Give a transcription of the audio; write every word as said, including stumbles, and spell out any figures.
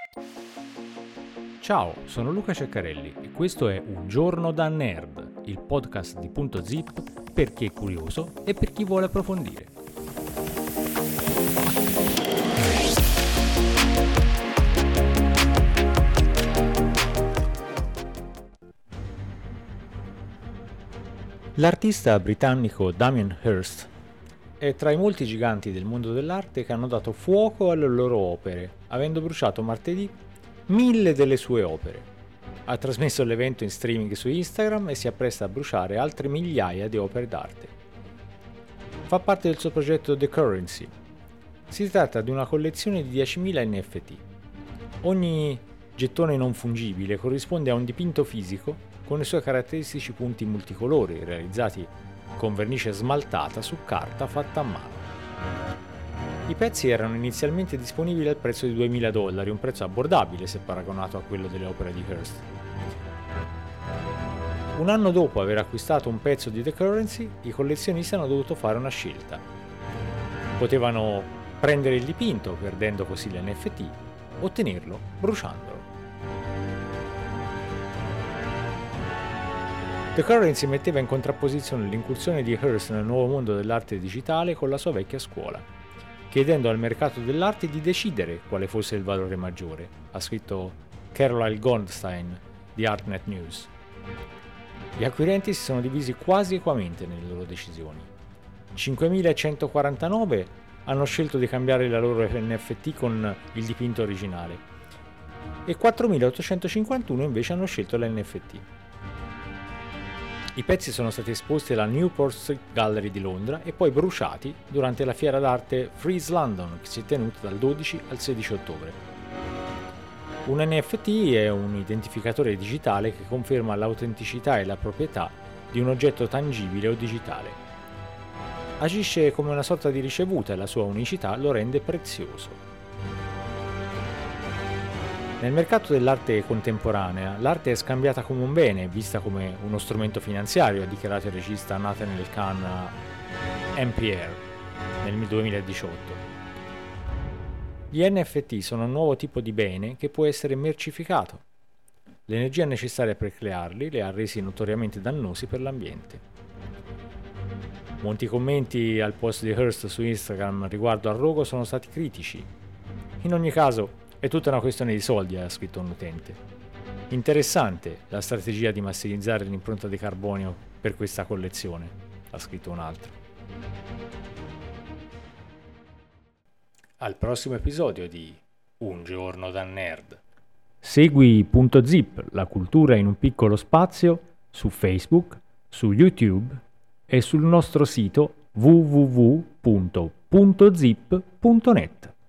Ciao, sono Luca Ceccarelli e questo è Un giorno da nerd, il podcast di Punto Zip per chi è curioso e per chi vuole approfondire. L'artista britannico Damien Hirst è tra i molti giganti del mondo dell'arte che hanno dato fuoco alle loro opere, avendo bruciato martedì mille delle sue opere. Ha trasmesso l'evento in streaming su Instagram e si appresta a bruciare altre migliaia di opere d'arte. Fa parte del suo progetto The Currency. Si tratta di una collezione di diecimila N F T. Ogni gettone non fungibile corrisponde a un dipinto fisico con i suoi caratteristici punti multicolori realizzati con vernice smaltata su carta fatta a mano. I pezzi erano inizialmente disponibili al prezzo di duemila dollari, un prezzo abbordabile se paragonato a quello delle opere di Hirst. Un anno dopo aver acquistato un pezzo di The Currency, i collezionisti hanno dovuto fare una scelta. Potevano prendere il dipinto, perdendo così l'N F T, o tenerlo bruciandolo. The Currency metteva in contrapposizione l'incursione di Hirst nel nuovo mondo dell'arte digitale con la sua vecchia scuola, chiedendo al mercato dell'arte di decidere quale fosse il valore maggiore, ha scritto Caroline Goldstein di ArtNet News. Gli acquirenti si sono divisi quasi equamente nelle loro decisioni. cinquemilacentoquarantanove hanno scelto di cambiare la loro N F T con il dipinto originale e quattromilaottocentocinquantuno invece hanno scelto l'N F T. I pezzi sono stati esposti alla Newport Street Gallery di Londra e poi bruciati durante la fiera d'arte Freeze London, che si è tenuta dal dodici al sedici ottobre. Un N F T è un identificatore digitale che conferma l'autenticità e la proprietà di un oggetto tangibile o digitale. Agisce come una sorta di ricevuta e la sua unicità lo rende prezioso. Nel mercato dell'arte contemporanea, l'arte è scambiata come un bene, vista come uno strumento finanziario, ha dichiarato il regista Nathaniel Kahn a N P R nel duemiladiciotto. Gli N F T sono un nuovo tipo di bene che può essere mercificato. L'energia necessaria per crearli li ha resi notoriamente dannosi per l'ambiente. Molti commenti al post di Hirst su Instagram riguardo al rogo sono stati critici. In ogni caso, è tutta una questione di soldi, ha scritto un utente. Interessante la strategia di massimizzare l'impronta di carbonio per questa collezione, ha scritto un altro. Al prossimo episodio di Un giorno da nerd. Segui Punto Zip, la cultura in un piccolo spazio, su Facebook, su YouTube e sul nostro sito w w w punto punto zip punto net.